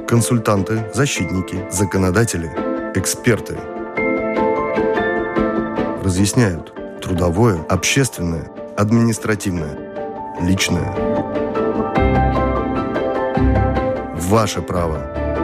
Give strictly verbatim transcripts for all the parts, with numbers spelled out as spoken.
Консультанты, защитники, законодатели, эксперты разъясняют трудовое, общественное, административное, личное. Ваше право.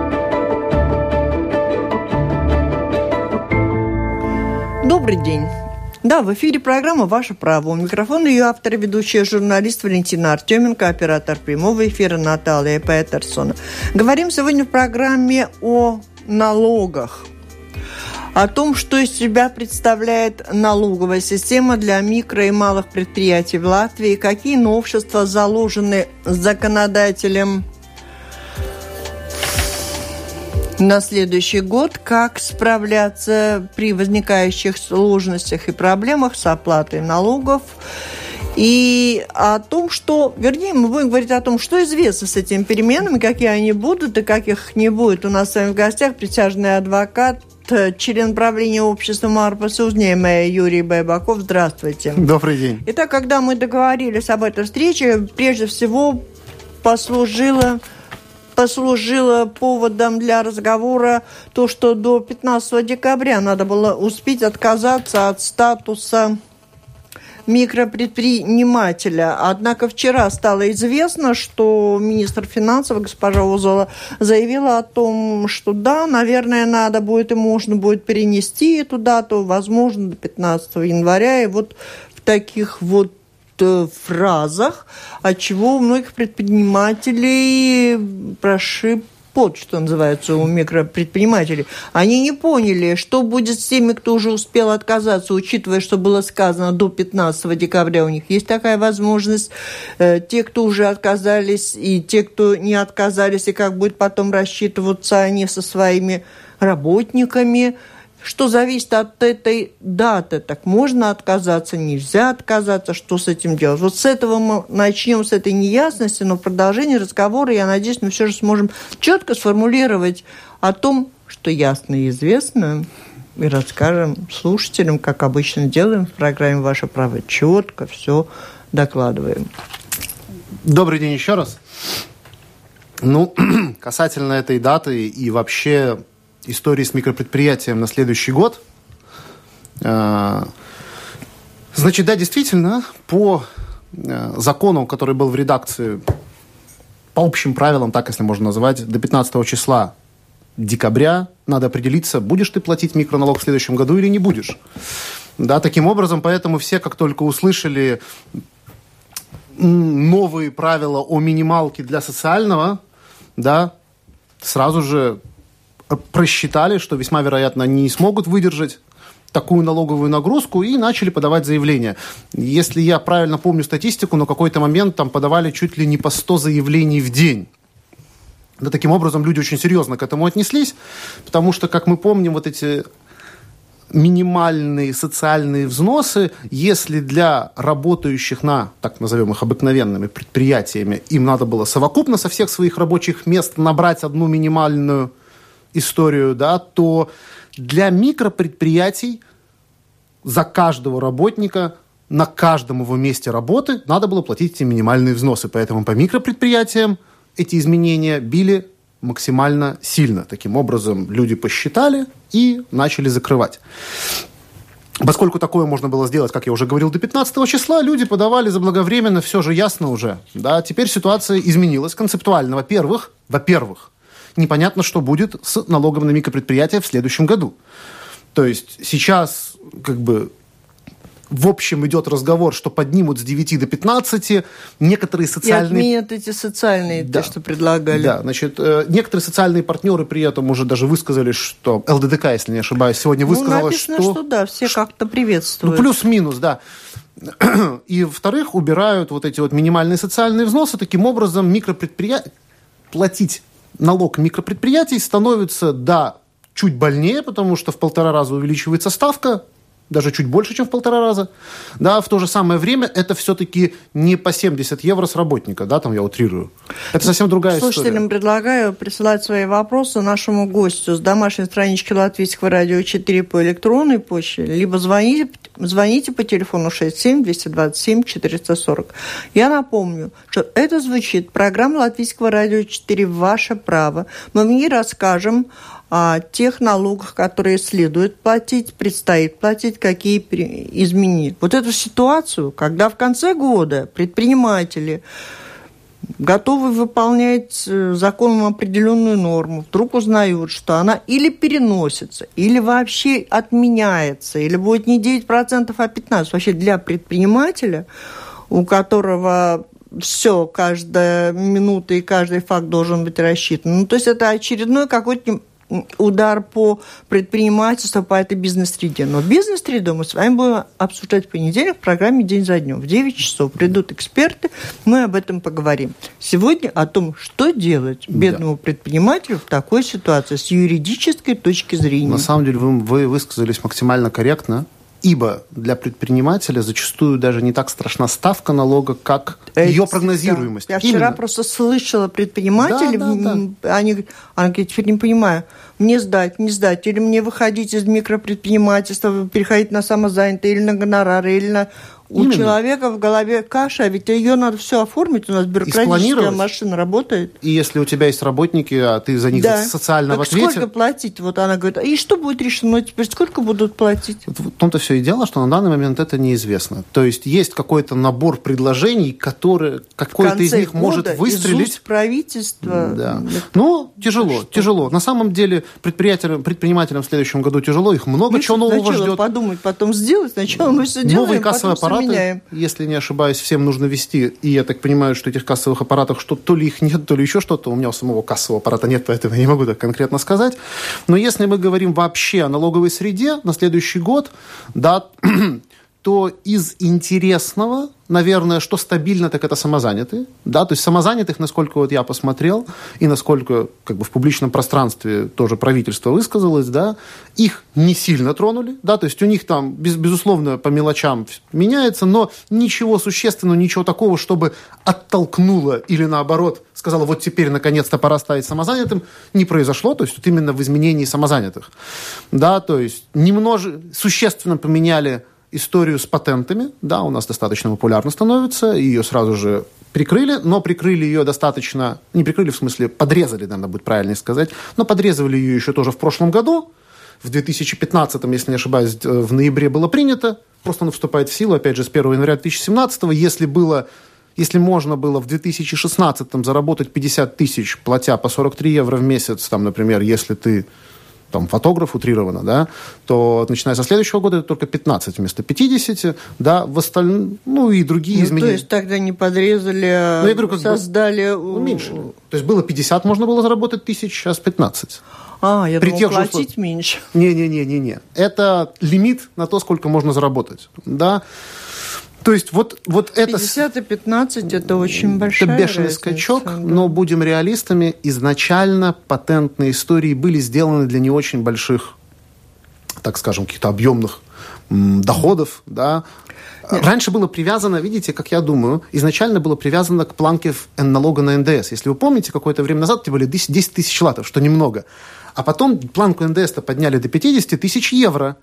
Добрый день. Да, в эфире программа «Ваше право». У микрофона ее автор и ведущая журналист Валентина Артеменко, оператор прямого эфира Наталья Петерсон. Говорим сегодня в программе о налогах. О том, что из себя представляет налоговая система для микро- и малых предприятий в Латвии, какие новшества заложены законодателем на следующий год, как справляться при возникающих сложностях и проблемах с оплатой налогов, и о том, что, вернее, мы будем говорить о том, что известно с этими переменами, какие они будут и как их не будет. У нас с вами в гостях присяжный адвокат, член правления общества Марпас Узņēmēji Юрий Байбаков. Здравствуйте. Добрый день. Итак, когда мы договорились об этой встрече, прежде всего послужило... послужило поводом для разговора то, что до пятнадцатого декабря надо было успеть отказаться от статуса микропредпринимателя. Однако вчера стало известно, что министр финансов госпожа Озола заявила о том, что да, наверное, надо будет и можно будет перенести эту дату, возможно, до пятнадцатого января. И вот в таких вот фразах, отчего у многих предпринимателей прошиб пот, что называется, у микропредпринимателей. Они не поняли, что будет с теми, кто уже успел отказаться, учитывая, что было сказано до пятнадцатого декабря у них есть такая возможность. Те, кто уже отказались, и те, кто не отказались, и как будет потом рассчитываться они со своими работниками. Что зависит от этой даты? Так можно отказаться, нельзя отказаться, что с этим делать? Вот с этого мы начнем, с этой неясности, но в продолжении разговора, я надеюсь, мы все же сможем четко сформулировать о том, что ясно и известно, и расскажем слушателям, как обычно делаем в программе «Ваше право». Четко все докладываем. Добрый день еще раз. Ну, касательно этой даты и вообще истории с микропредприятием на следующий год. Значит, да, действительно, по закону, который был в редакции, по общим правилам, так если можно назвать, до пятнадцатого числа декабря надо определиться, будешь ты платить микроналог в следующем году или не будешь. Да, таким образом, поэтому все, как только услышали новые правила о минималке для социального, да, сразу же просчитали, что весьма вероятно они не смогут выдержать такую налоговую нагрузку и начали подавать заявления. Если я правильно помню статистику, на какой-то момент там подавали чуть ли не по сто заявлений в день. Да, таким образом, люди очень серьезно к этому отнеслись, потому что, как мы помним, вот эти минимальные социальные взносы, если для работающих на, так назовем их, обыкновенными предприятиями, им надо было совокупно со всех своих рабочих мест набрать одну минимальную историю, да, то для микропредприятий за каждого работника на каждом его месте работы надо было платить эти минимальные взносы. Поэтому по микропредприятиям эти изменения били максимально сильно. Таким образом, люди посчитали и начали закрывать. Поскольку такое можно было сделать, как я уже говорил, до пятнадцатого числа, люди подавали заблаговременно, все же ясно уже. Да, теперь ситуация изменилась концептуально. Во-первых, во-первых, непонятно, что будет с налогом на микропредприятия в следующем году. То есть сейчас как бы в общем идет разговор, что поднимут с девяти до пятнадцати. Некоторые социальные... И отменят эти социальные, да, то, что предлагали. Да, значит, некоторые социальные партнеры при этом уже даже высказали, что эл дэ дэ ка, если не ошибаюсь, сегодня высказала, ну, написано, что... что да, все как-то приветствуют. Ну, плюс-минус, да. И, во-вторых, убирают вот эти вот минимальные социальные взносы. Таким образом, микропредприятия платить налог микропредприятий становится, да, чуть больнее, потому что в полтора раза увеличивается ставка даже чуть больше, чем в полтора раза. Да, в то же самое время это все-таки не по семьдесят евро с работника, да, там я утрирую. Это совсем другая Слушателям история. Слушателям предлагаю присылать свои вопросы нашему гостю с домашней странички Латвийского радио четыре по электронной почте, либо звоните, звоните по телефону шесть семь двести двадцать семь четыреста сорок. Я напомню, что это звучит программа Латвийского радио четыре «Ваше право». Мы в ней расскажем о тех налогах, которые следует платить, предстоит платить, какие изменить. Вот эту ситуацию, когда в конце года предприниматели готовы выполнять законом определенную норму, вдруг узнают, что она или переносится, или вообще отменяется, или будет не девять процентов, а пятнадцать процентов. Вообще для предпринимателя, у которого все, каждая минута и каждый факт должен быть рассчитан. Ну, то есть это очередной какой-то удар по предпринимательству, по этой бизнес-среде. Но бизнес-среду мы с вами будем обсуждать в понедельник в программе «День за днем». В девять часов придут эксперты, мы об этом поговорим. Сегодня о том, что делать бедному да. предпринимателю в такой ситуации с юридической точки зрения. На самом деле вы, вы высказались максимально корректно. Ибо для предпринимателя зачастую даже не так страшна ставка налога, как это, ее прогнозируемость. Да. Я вчера Именно. просто слышала предпринимателей, да, да, да. Они, они говорят, теперь не понимаю, мне сдать, не сдать, или мне выходить из микропредпринимательства, переходить на самозанятое, или на гонорары, или на... У Именно. Человека в голове каша, ведь ее надо все оформить, у нас бюрократическая машина работает. И если у тебя есть работники, а ты за них да. социально так в ответе... сколько платить? Вот она говорит, и что будет решено теперь? Сколько будут платить? В том-то все и дело, что на данный момент это неизвестно. То есть есть какой-то набор предложений, которые какой-то из них может выстрелить. Из уст правительства. Да. Ну, тяжело, что? тяжело. На самом деле предпринимателям, предпринимателям в следующем году тяжело, их много ну, чего нового ждет. Подумать, потом сделать, сначала мы все делаем, новый кассовый аппарат. Меняем. Если не ошибаюсь, всем нужно вести. И я так понимаю, что этих кассовых аппаратов что то ли их нет, то ли еще что-то. У меня у самого кассового аппарата нет, поэтому я не могу так конкретно сказать. Но если мы говорим вообще о налоговой среде на следующий год, да, то из интересного, наверное, что стабильно, так это самозанятые. Да? То есть самозанятых, насколько вот я посмотрел, и насколько как бы, в публичном пространстве тоже правительство высказалось, да, их не сильно тронули. Да? То есть у них там, без, безусловно, по мелочам меняется, но ничего существенного, ничего такого, чтобы оттолкнуло или наоборот сказала, вот теперь наконец-то пора ставить самозанятым, не произошло. То есть вот именно в изменении самозанятых. Да? То есть немножко существенно поменяли историю с патентами, да, у нас достаточно популярно становится, ее сразу же прикрыли, но прикрыли ее достаточно, не прикрыли, в смысле, подрезали, наверное, будет правильнее сказать, но подрезали ее еще тоже в прошлом году, в две тысячи пятнадцатом, если не ошибаюсь, в ноябре было принято, просто оно вступает в силу, опять же, с первого января две тысячи семнадцатого, если было, если можно было в две тысячи шестнадцатом заработать пятьдесят тысяч, платя по сорок три евро в месяц, там, например, если ты там, фотограф утрированно, да, то начиная со следующего года это только пятнадцать вместо пятидесяти, да, в остальном, ну и другие ну, изменения. То есть тогда не подрезали, ну, я говорю, как создали... Бы, уменьшили. То есть было пятьдесят, можно было заработать тысяч, сейчас пятнадцать. А, я думала, платить услов... меньше. Не-не-не-не-не. Это лимит на то, сколько можно заработать, да. То есть вот, вот это... пятьдесят и пятнадцать – это очень большая Это бешеный разница, скачок, да. Но будем реалистами, изначально патентные истории были сделаны для не очень больших, так скажем, каких-то объемных м, доходов, да. Нет. Раньше было привязано, видите, как я думаю, изначально было привязано к планке налога на эн дэ эс. Если вы помните, какое-то время назад это были десять тысяч латов, что немного. А потом планку эн дэ эс-то подняли до пятьдесят тысяч евро,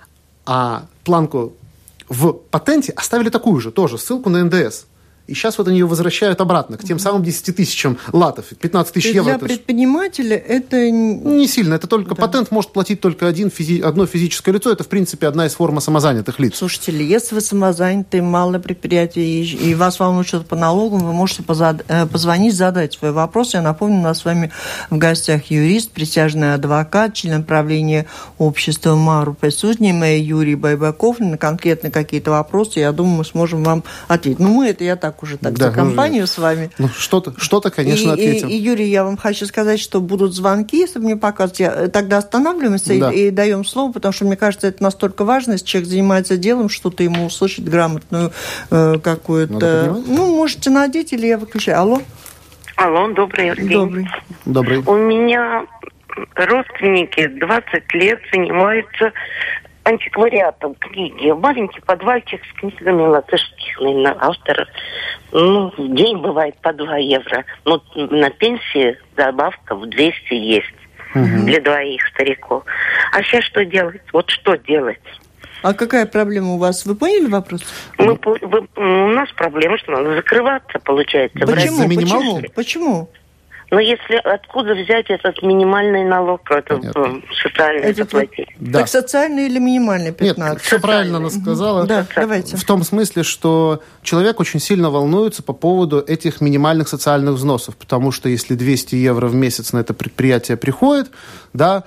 а планку в патенте оставили такую же, тоже ссылку на эн дэ эс. И сейчас вот они ее возвращают обратно к тем самым десяти тысячам латов. пятнадцать тысяч евро. Для предпринимателя это... Не сильно. Это только да. Патент может платить только один, физи... одно физическое лицо. Это, в принципе, одна из форм самозанятых лиц. Слушайте, если вы самозанятый, малое предприятие, и вас волнует что-то по налогам, вы можете позад... позвонить, задать свой вопрос. Я напомню, у нас с вами в гостях юрист, присяжный адвокат, член правления общества МАРУ Присуднимый Юрий Байбаков. На конкретно какие-то вопросы, я думаю, мы сможем вам ответить. Ну, мы это я так уже так да, за компанию ну, с вами. Ну, что-то, что-то, конечно, и, ответим. И, и, Юрий, я вам хочу сказать, что будут звонки, если мне показывать. Я, тогда останавливаемся да. и, и даем слово, потому что, мне кажется, это настолько важно, если человек занимается делом, что-то ему услышать грамотную э, какую-то... Ну, можете надеть, или я выключаю. Алло? Алло, добрый день. Добрый. Добрый. У меня родственники двадцать лет занимаются антиквариатом книги. Маленький подвальчик с книгами латышских наверное, авторов. Ну, в день бывает по два евро. Но на пенсии добавка в двести есть. Угу. Для двоих стариков. А сейчас что делать? Вот что делать? А какая проблема у вас? Вы поняли вопрос? Мы, вы, у нас проблема, что надо закрываться, получается. Почему? Почему? Почему? Но если откуда взять этот минимальный налог, это социальный заплатить? Да. Так социальный или минимальный пятнадцать? Нет, все правильно она сказала. Да, давайте. В том смысле, что человек очень сильно волнуется по поводу этих минимальных социальных взносов, потому что если двести евро в месяц на это предприятие приходит, да,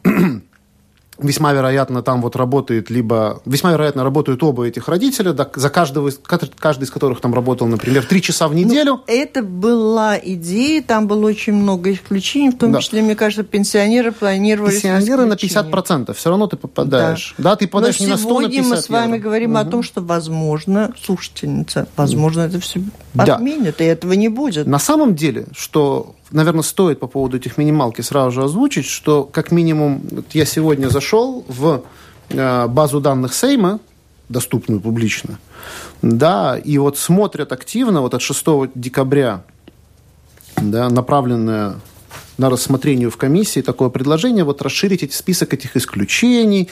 весьма вероятно, там вот работает либо... Весьма вероятно, работают оба этих родителя, да, за каждого, каждый из которых там работал, например, три часа в неделю. Ну, это была идея, там было очень много исключений, в том да. числе, мне кажется, пенсионеры планировали... Пенсионеры на пятьдесят процентов, все равно ты попадаешь. Да, да ты попадаешь не на сто, на пятьдесят евро. Но сегодня мы с вами говорим угу. о том, что, возможно, слушательница, возможно, это все да. отменят, и этого не будет. На самом деле, что... Наверное, стоит по поводу этих минималки сразу же озвучить, что как минимум я сегодня зашел в э, базу данных Сейма, доступную публично, да, и вот смотрят активно, вот от шестого декабря, да, направленное на рассмотрение в комиссии такое предложение, вот расширить эти, список этих исключений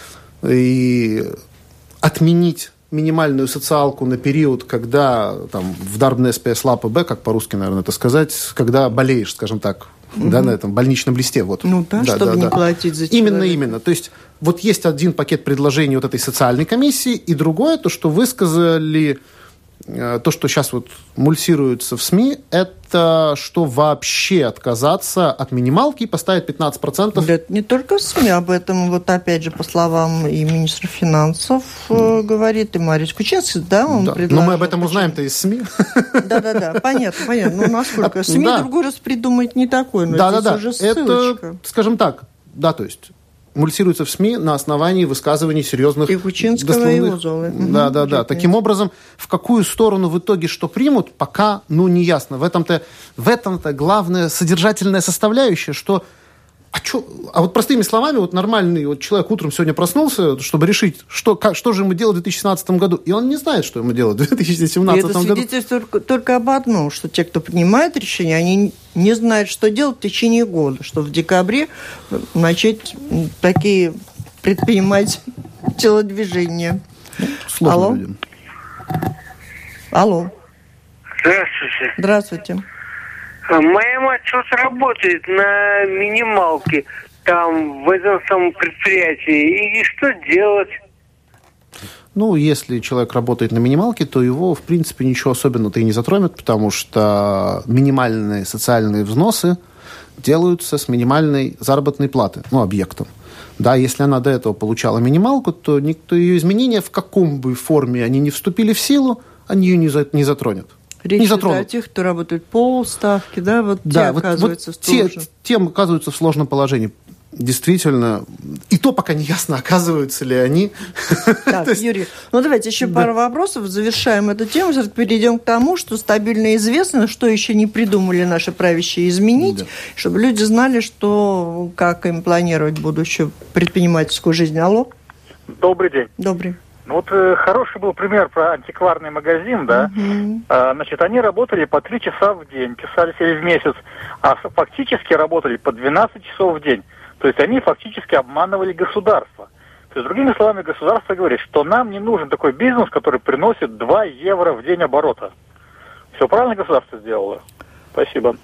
и отменить минимальную социалку на период, когда там, в Дарбнеспе Слапа Б, как по-русски, наверное, это сказать, когда болеешь, скажем так, угу. да, на этом больничном листе. Вот. Ну да, да чтобы да, не да. платить за человека. Именно, именно. То есть вот есть один пакет предложений вот этой социальной комиссии, и другое, то, что высказали, то, что сейчас вот мульсируется в СМИ, это что вообще отказаться от минималки и поставить пятнадцать процентов. Да, это не только в СМИ, об этом вот опять же по словам и министра финансов mm. э, говорит, и Марис Кучинский, да, он да. предложил. Но мы об этом узнаем-то из СМИ. Да-да-да, понятно, понятно. Ну, насколько СМИ да. другой раз придумать не такой, но да, да, здесь да. уже ссылочка. Это, скажем так, да, то есть мульсируется в СМИ на основании высказываний серьезных... И Кучинского, и Озолы. Да, да, да. Таким образом, в какую сторону в итоге что примут, пока, ну, не ясно. В этом-то, в этом-то главная содержательная составляющая, что... А, чё, а вот простыми словами, вот нормальный вот человек утром сегодня проснулся, чтобы решить, что, как, что же ему делать в две тысячи семнадцатом году, и он не знает, что ему делать в две тысячи семнадцатом году. И это свидетельствует только, только об одном, что те, кто принимает решения, они не знают, что делать в течение года, что в декабре начать такие предпринимать телодвижения. Сложно Алло? людям. Алло. Здравствуйте. Здравствуйте. Моя мать сейчас работает на минималке там, в этом самом предприятии. И что делать? Ну, если человек работает на минималке, то его, в принципе, ничего особенного-то и не затронет, потому что минимальные социальные взносы делаются с минимальной заработной платы, ну, объектом. Да, если она до этого получала минималку, то никто ее изменения, в каком бы форме они ни вступили в силу, они ее не, за, не затронут. Речь идет о тех, кто работает полставки, да, вот да, те вот, оказываются вот в том те, же. Тем оказываются в сложном положении. Действительно, и то пока не ясно, оказываются ли они. Так, Юрий, ну давайте еще пару вопросов, завершаем эту тему, перейдем к тому, что стабильно известно, что еще не придумали наши правящие изменить, да. чтобы люди знали, что, как им планировать будущую предпринимательскую жизнь. Алло? Добрый день. Добрый. Вот э, хороший был пример про антикварный магазин, да. Uh-huh. А, значит, они работали по три часа в день, писались или в месяц, а фактически работали по двенадцать часов в день. То есть они фактически обманывали государство. То есть, другими словами, государство говорит, что нам не нужен такой бизнес, который приносит два евро в день оборота. Все правильно государство сделало? Спасибо.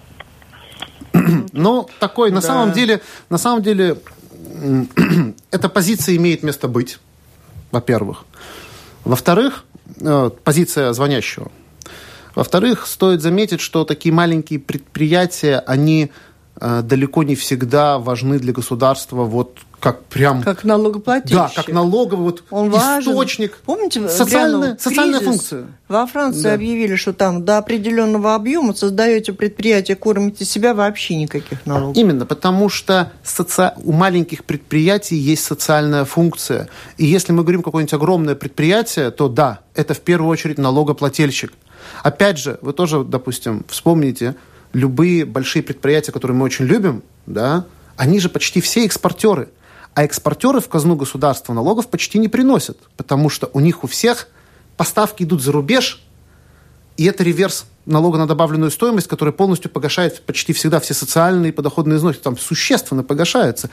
Ну, такой, на да. самом деле, на самом деле, эта позиция имеет место быть. Во-первых. Во-вторых, э, позиция звонящего. Во-вторых, стоит заметить, что такие маленькие предприятия, они э, далеко не всегда важны для государства, вот как прям... Как налогоплательщик. Да, как налоговый вот Он источник. Важен. Помните, социальная, социальная кризис? функция. Во Франции да. объявили, что там до определенного объема создаете предприятие, кормите себя, вообще никаких налогов. Именно, потому что соци... у маленьких предприятий есть социальная функция. И если мы говорим какое-нибудь огромное предприятие, то да, это в первую очередь налогоплательщик. Опять же, вы тоже, допустим, вспомните, любые большие предприятия, которые мы очень любим, да, они же почти все экспортеры. А экспортеры в казну государства налогов почти не приносят, потому что у них у всех поставки идут за рубеж, и это реверс налога на добавленную стоимость, который полностью погашает почти всегда все социальные и подоходные взносы. Там существенно погашается.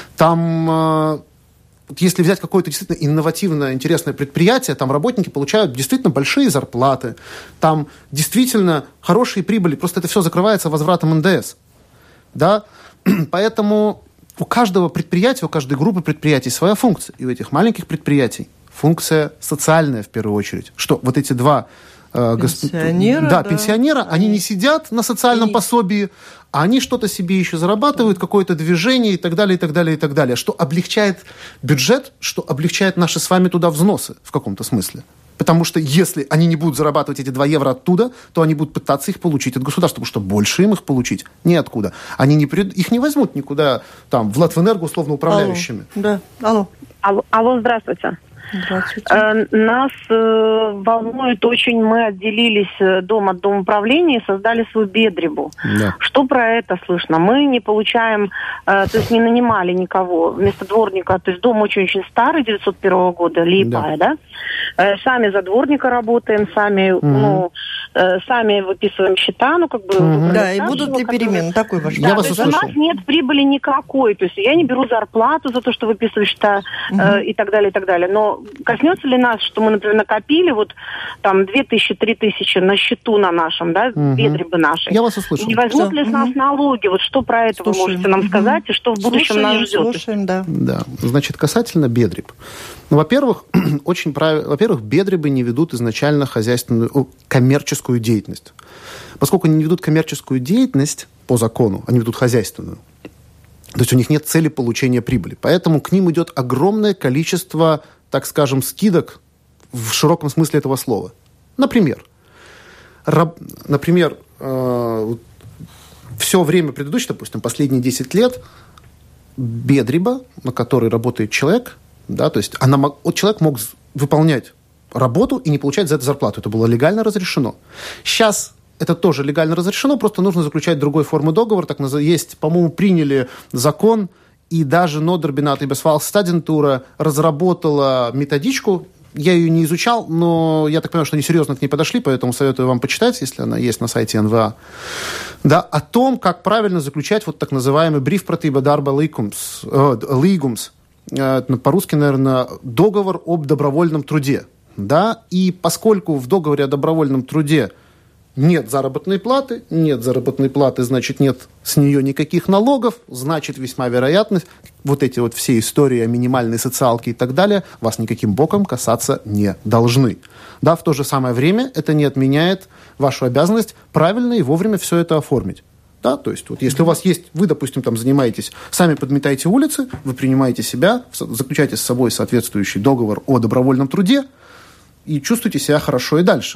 Там, если взять какое-то действительно инновативное, интересное предприятие, там работники получают действительно большие зарплаты, там действительно хорошие прибыли, просто это все закрывается возвратом эн дэ эс. Да? Поэтому у каждого предприятия, у каждой группы предприятий своя функция. И у этих маленьких предприятий функция социальная в первую очередь. Что вот эти два Пенсионера, да, да. пенсионера, они не сидят на социальном И... пособии, а они что-то себе еще зарабатывают, какое-то движение и так далее, и так далее, и так далее. Что облегчает бюджет, что облегчает наши с вами туда взносы в каком-то смысле. Потому что если они не будут зарабатывать эти два евро оттуда, то они будут пытаться их получить от государства, потому что больше им их получить неоткуда. Они не прид... Их не возьмут никуда, там, в Латвэнерго условно управляющими. Алло. Да, алло. Алло, алло, здравствуйте. Здравствуйте. Э, нас э, волнует очень, мы отделились дом от домоуправления и создали свою бедребу. Да. Что про это слышно? Мы не получаем, э, то есть не нанимали никого вместо дворника, то есть дом очень-очень старый, девятьсот первого года, Лиепая, да? да? Э, сами за дворника работаем, сами, mm-hmm. ну, э, сами выписываем счета, ну, как бы... Mm-hmm. Да, и будут ли перемены? Такой ваш Да, я вас то есть услышал. у нас нет прибыли никакой, то есть я не беру зарплату за то, что выписываю счета mm-hmm. э, и так далее, и так далее, но коснется ли нас, что мы, например, накопили вот там две тысячи, три тысячи на счету на нашем, да, угу. бедребы нашей? Я вас услышал. Не возьмут Все. ли с нас Угу. налоги? Вот что про это Слушаем. вы можете нам сказать, и что в будущем Слушаем, нас ждет? Слушаем, да. Да, значит, касательно бедреб. Ну, во-первых, очень правильно, во-первых, бедребы не ведут изначально хозяйственную, о, коммерческую деятельность. Поскольку они не ведут коммерческую деятельность по закону, они ведут хозяйственную. То есть у них нет цели получения прибыли. Поэтому к ним идет огромное количество, так скажем, скидок в широком смысле этого слова. Например, раб, например, э, все время предыдущее, допустим, последние десять лет, бедреба, на которой работает человек, да, то есть она, вот человек мог выполнять работу и не получать за это зарплату. Это было легально разрешено. Сейчас это тоже легально разрешено, просто нужно заключать другой формы договор. Так есть, по-моему, приняли закон, и даже Нодербинат и Бесфалстадентура разработала методичку. Я ее не изучал, но я так понимаю, что они серьезно к ней подошли, поэтому советую вам почитать, если она есть на сайте эн вэ а. Да, о том, как правильно заключать вот так называемый брифпратиба дарба лигумс, по-русски, наверное, договор об добровольном труде. Да, и поскольку в договоре о добровольном труде нет заработной платы, нет заработной платы, значит, нет с нее никаких налогов, значит, весьма вероятно, вот эти вот все истории о минимальной социалке и так далее вас никаким боком касаться не должны. Да, в то же самое время это не отменяет вашу обязанность правильно и вовремя все это оформить. Да, то есть, вот если у вас есть, вы, допустим, там занимаетесь, сами подметаете улицы, вы принимаете себя, заключаете с собой соответствующий договор о добровольном труде и чувствуете себя хорошо и дальше.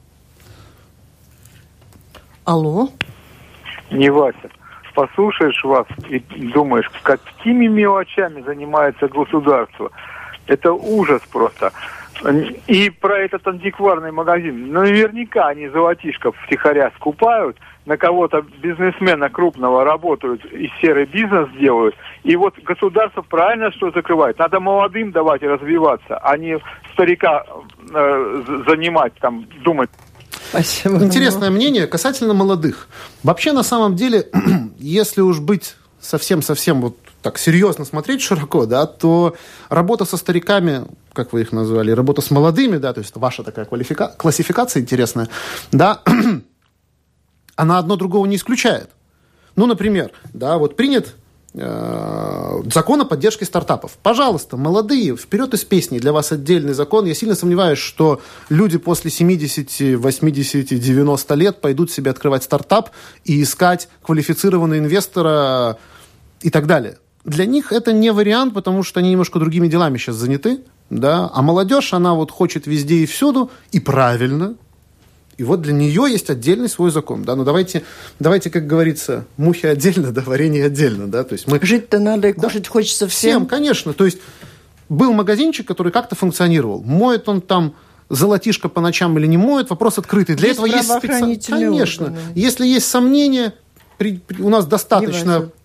Алло. Не, Вася, послушаешь вас и думаешь, какими мелочами занимается государство. Это ужас просто. И про этот антикварный магазин. Наверняка они золотишко втихаря скупают, на кого-то бизнесмена крупного работают и серый бизнес делают. И вот государство правильно что закрывает. Надо молодым давать развиваться, а не старика э, занимать, там, думать. Спасибо. Интересное мнение касательно молодых. Вообще, на самом деле, если уж быть совсем-совсем вот так серьезно смотреть широко, да, то работа со стариками, как вы их назвали, работа с молодыми, да, то есть ваша такая квалифика... классификация интересная, да, она одно другого не исключает. Ну, например, да, вот принят закон о поддержке стартапов. Пожалуйста, молодые, вперед из песни, для вас отдельный закон. Я сильно сомневаюсь, что люди после семьдесят, восемьдесят, девяносто лет пойдут себе открывать стартап и искать квалифицированного инвестора и так далее. Для них это не вариант, потому что они немножко другими делами сейчас заняты, да? А молодежь, она вот хочет везде и всюду, и правильно. И вот для нее есть отдельный свой закон. Да? Ну, давайте, давайте, как говорится, мухи отдельно, да, варенье отдельно. Да? То есть мы... Жить-то надо, и да. кушать хочется всем. Всем, конечно. То есть был магазинчик, который как-то функционировал. Моет он там золотишко по ночам или не моет, вопрос открытый. Для есть этого есть специальные... Конечно. органы. Если есть сомнения, при, при, у нас достаточно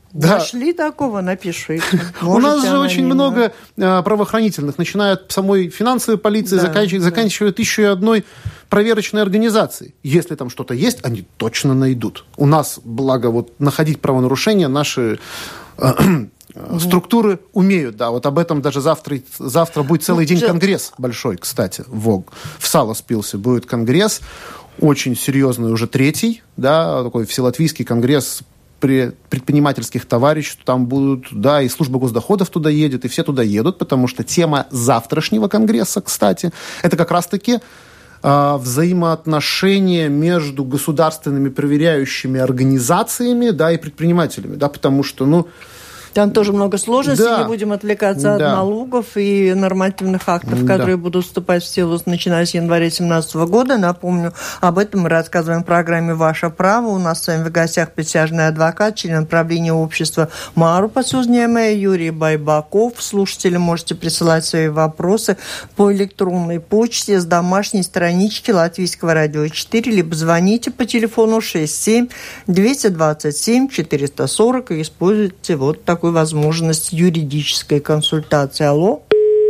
Да. Нашли такого, напишите. У нас же очень много э, правоохранительных, начиная от самой финансовой полиции, да, заканчивая, да. заканчивая тысячу и одной проверочной организацией. Если там что-то есть, они точно найдут. У нас, благо, вот находить правонарушения наши э, э, структуры умеют. Да, вот об этом даже завтра, завтра будет целый ну, день конгресс большой, кстати, в, в Саласпилсе будет конгресс, очень серьезный, уже третий, да, такой вселатвийский конгресс предпринимательских товариществ, там будут, да, и служба госдоходов туда едет, и все туда едут, потому что тема завтрашнего конгресса, кстати, это как раз-таки э, взаимоотношения между государственными проверяющими организациями, да, и предпринимателями, да, потому что, ну, там тоже много сложностей, да. не будем отвлекаться да. от налогов и нормативных актов, да. которые будут вступать в силу, начиная с января две тысячи семнадцатого года. Напомню, об этом мы рассказываем в программе «Ваше право». У нас с вами в гостях присяжный адвокат, член правления общества Мару Подсузнемая Юрий Байбаков. Слушатели, можете присылать свои вопросы по электронной почте с домашней странички Латвийского радио четыре, либо звоните по телефону шесть семь двести двадцать семь четыреста сорок и используйте вот такой возможность юридической консультации. Алло?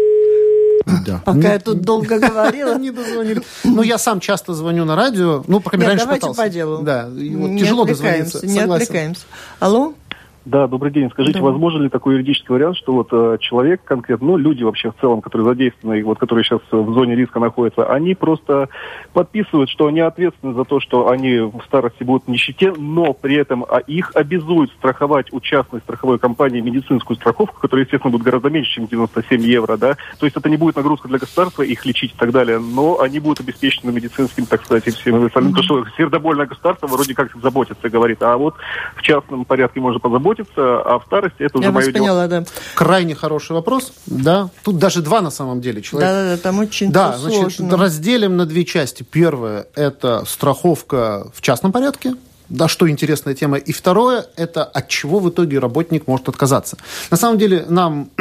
Да. Пока не, я тут долго говорила. Не дозвонили. Ну, я сам часто звоню на радио. Ну, по крайней мере, раньше давайте пытался. по делу. Да, и вот тяжело дозвониться. Не отвлекаемся. Алло? Да, добрый день. Скажите, да. возможен ли такой юридический вариант, что вот э, человек конкретно, ну, люди вообще в целом, которые задействованы, вот, которые сейчас в зоне риска находятся, они просто подписывают, что они ответственны за то, что они в старости будут в нищете, но при этом а их обязуют страховать у частной страховой компании медицинскую страховку, которая, естественно, будет гораздо меньше, чем девяносто семь евро, да. То есть это не будет нагрузка для государства, их лечить и так далее, но они будут обеспечены медицинским, так сказать, и всем остальным, потому что сердобольное государство вроде как заботится, говорит, а вот в частном порядке можно позаботиться, а в старости это уже Я мое вас поняла, дело. да. Крайне хороший вопрос, да. Тут даже два на самом деле человека. Да, да, да, там очень да, сложно. Значит, разделим на две части. Первое – это страховка в частном порядке. Да, что интересная тема. И второе – это от чего в итоге работник может отказаться. На самом деле нам,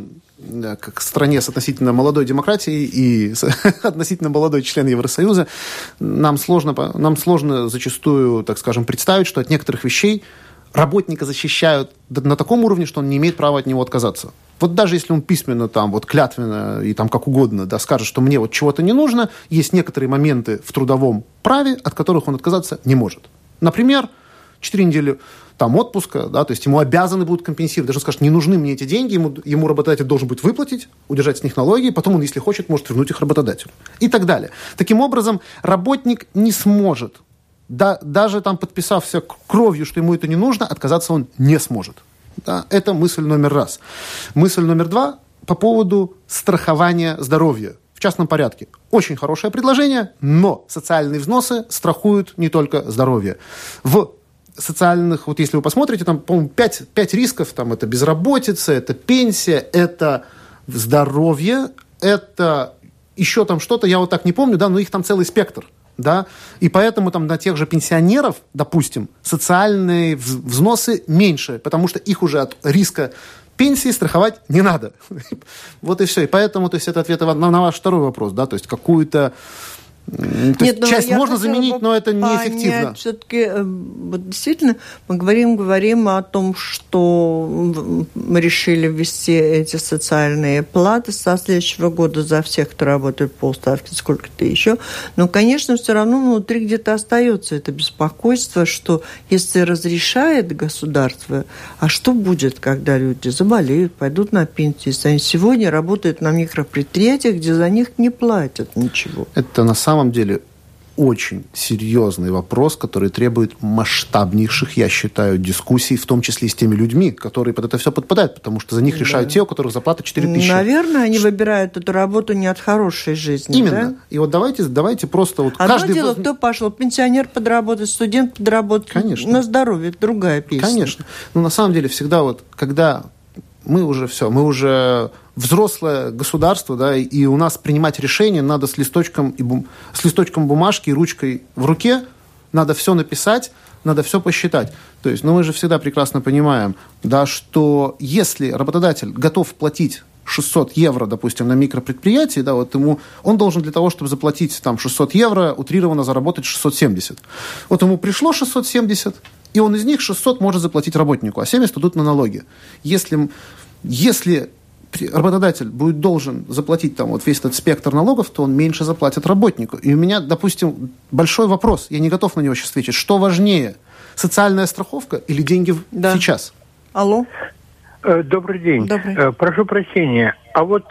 как стране с относительно молодой демократией и относительно молодой член Евросоюза, нам сложно, нам сложно зачастую, так скажем, представить, что от некоторых вещей работника защищают на таком уровне, что он не имеет права от него отказаться. Вот даже если он письменно, там, вот, клятвенно и там как угодно, да, скажет, что мне вот чего-то не нужно, есть некоторые моменты в трудовом праве, от которых он отказаться не может. Например, четыре недели там, отпуска, да, то есть ему обязаны будут компенсировать. Даже он скажет, не нужны мне эти деньги, ему, ему работодатель должен будет выплатить, удержать с них налоги, потом он, если хочет, может вернуть их работодателю. И так далее. Таким образом, работник не сможет, да, даже там подписався кровью, что ему это не нужно, отказаться он не сможет. Да, это мысль номер раз. Мысль номер два по поводу страхования здоровья в частном порядке. Очень хорошее предложение, но социальные взносы страхуют не только здоровье. В социальных, вот если вы посмотрите, там, по-моему, пять, пять рисков, там, это безработица, это пенсия, это здоровье, это еще там что-то, я вот так не помню, да, но их там целый спектр. Да? И поэтому там на тех же пенсионеров, допустим, социальные взносы меньше, потому что их уже от риска пенсии страховать не надо. Вот и все. И поэтому, то есть, это ответ на, на ваш второй вопрос, да, то есть какую-то То Нет, часть можно заменить, но это неэффективно. Все-таки, вот действительно, мы говорим, говорим о том, что мы решили ввести эти социальные платы со следующего года за всех, кто работает по полставки, сколько-то еще. Но, конечно, все равно внутри где-то остается это беспокойство, что если разрешает государство, а что будет, когда люди заболеют, пойдут на пенсию, если они сегодня работают на микропредприятиях, где за них не платят ничего? Это на самом деле очень серьезный вопрос, который требует масштабнейших, я считаю, дискуссий, в том числе и с теми людьми, которые под это все подпадают, потому что за них решают да. те, у которых зарплата четыре тысячи. Наверное, они Ш... выбирают эту работу не от хорошей жизни. Именно. Да? И вот давайте, давайте просто... Вот Одно каждый... дело, кто пошел, пенсионер подработать, студент подработать. Конечно. На здоровье, это другая песня. Конечно. Но на самом деле всегда вот, когда мы уже все, мы уже... взрослое государство, да, и у нас принимать решения надо с листочком, и бум... с листочком бумажки и ручкой в руке, надо все написать, надо все посчитать. То есть, ну, мы же всегда прекрасно понимаем, да, что если работодатель готов платить шестьсот евро, допустим, на микропредприятии, да, вот ему, он должен для того, чтобы заплатить там шестьсот евро, утрированно заработать шестьсот семьдесят. Вот ему пришло шестьсот семьдесят, И он из них шестьсот может заплатить работнику, а семьдесят идут на налоги. Если, если работодатель будет должен заплатить там вот весь этот спектр налогов, то он меньше заплатит работнику. И у меня, допустим, большой вопрос, я не готов на него сейчас ответить. Что важнее, социальная страховка или деньги да. сейчас? Алло. Добрый день. Добрый. Прошу прощения. А вот